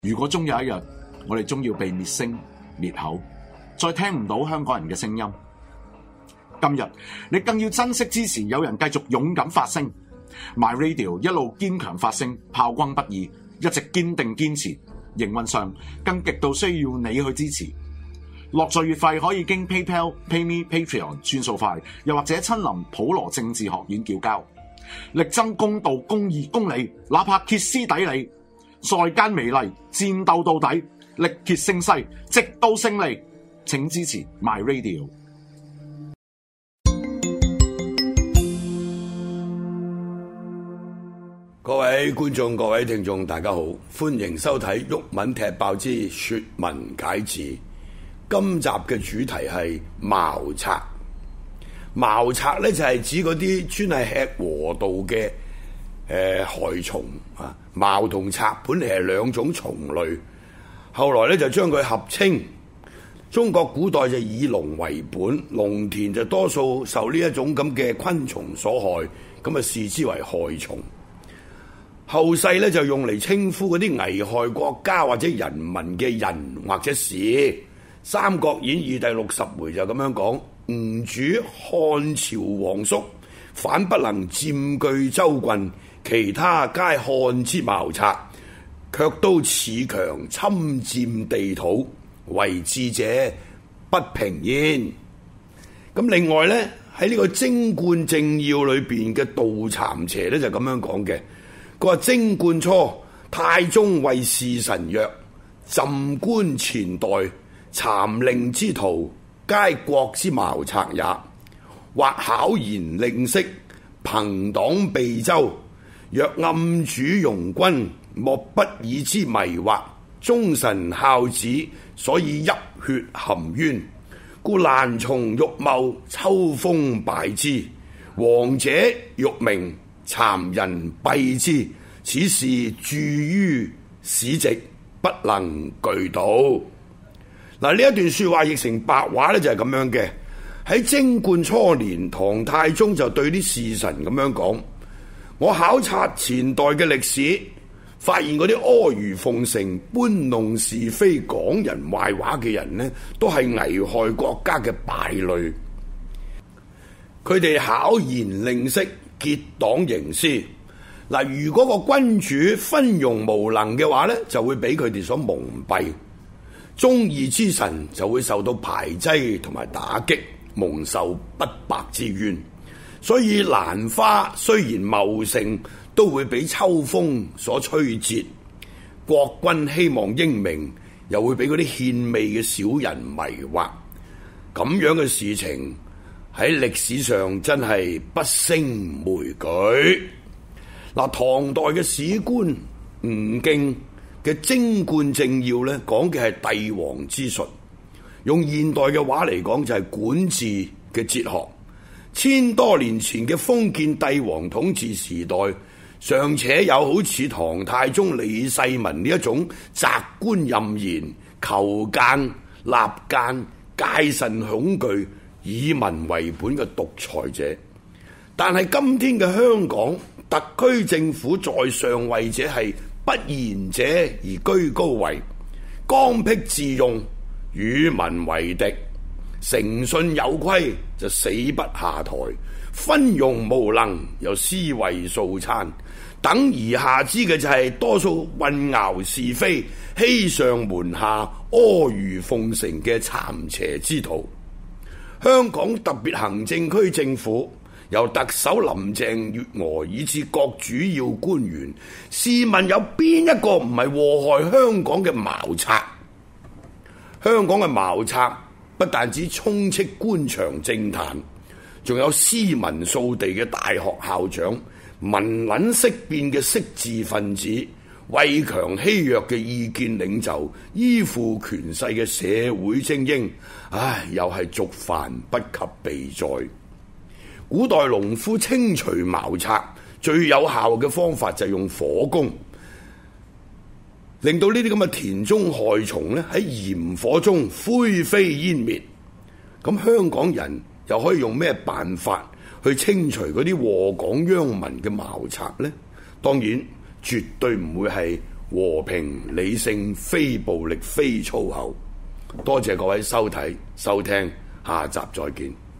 如果終有一日，我哋終要被滅聲滅口，再聽唔到香港人嘅聲音，今日你更要珍惜支持有人繼續勇敢發聲 ，My Radio 一路堅強發聲，炮轟不已，一直堅定堅持。營運上更極度需要你去支持。落座月費可以經 PayPal、PayMe、Patreon 轉數快，又或者親臨普羅政治學院繳交。力爭公道、公義、公理，哪怕歇斯底里，在間美利，戰鬥到底，力竭勝勢，直到勝利。請支持 My Radio。 各位觀眾、各位聽眾，大家好，歡迎收睇《毓民踢爆之說文解字》。今集嘅主題係茅賊。茅賊咧就係指嗰啲專係吃禾稻嘅害蟲啊。茅同賊本嚟係兩種蟲類，後來咧就將佢合稱。中國古代就以農為本，農田就多數受呢一種咁嘅昆蟲所害，咁啊視之為害蟲。後世咧就用嚟稱呼嗰啲危害國家或者人民嘅人或者事。《三國演義》第60回就咁樣講：吳主漢朝皇叔，反不能佔據州郡，其他皆漢之茅賊，卻都恃強侵佔地土，為智者不平焉。咁另外呢，喺呢個《貞觀政要》裏邊嘅杜蠶邪呢，就咁樣講嘅。佢話貞觀初，太宗謂侍臣曰：朕觀前代蠶令之徒，皆國之茅賊也。或巧言令色，朋黨備州，若暗主容軍，莫不以之迷惑。忠臣孝子，所以泣血含冤，故蘭松欲謀，秋風敗之。王者欲明，蠶人蔽之。此事著於史籍，不能具蹈。嗱，呢一段說話譯成白話咧就係咁樣嘅。喺貞觀初年，唐太宗就對啲侍臣咁樣講：我考察前代嘅歷史，發現嗰啲阿諛奉承、搬弄是非、講人壞話嘅人呢，都係危害國家嘅敗類。佢哋巧言令色，結黨營私。嗱，如果個君主昏庸無能嘅話呢，就會俾佢哋所蒙蔽；忠義之臣就會受到排擠同埋打擊，蒙受不白之冤。所以蘭花雖然茂盛，都會俾秋風所吹折。國君希望英明，又會俾嗰啲獻媚嘅小人迷惑。咁樣嘅事情喺歷史上真係不勝枚舉。嗱，唐代嘅史官吳敬嘅《貞觀政要》咧，講嘅係帝王之術，用現代嘅話嚟講就係管治嘅哲學。千多年前嘅封建帝王統治時代，尚且有好似唐太宗李世民呢一種擇官任賢、求諫納諫、戒慎恐懼、以民為本嘅獨裁者。但係今天嘅香港，特區政府在上位者係不賢者而居高位，剛愎自用，與民為敵，誠信有虧就死不下台，昏庸無能又私為素餐。等而下之嘅就係多數混淆是非、欺上瞞下、阿諛奉承嘅蠶邪之徒。香港特別行政區政府由特首林鄭月娥以至各主要官員，試問有邊一個唔係禍害香港嘅茅賊？香港嘅茅賊不但只充斥官場政壇，仲有斯文掃地嘅大學校長、文撚識變嘅識字分子、畏強欺弱嘅意見領袖、依附權勢嘅社會精英。唉，又係族繁不及備載。古代農夫清除茅賊最有效嘅方法就係用火攻，令到呢啲咁嘅田中害蟲咧喺炎火中灰飛煙滅。咁香港人又可以用咩辦法去清除嗰啲禍港殃民嘅茅賊呢？當然絕對唔會係和平理性，非暴力，非粗口。多謝各位收睇收聽，下集再見。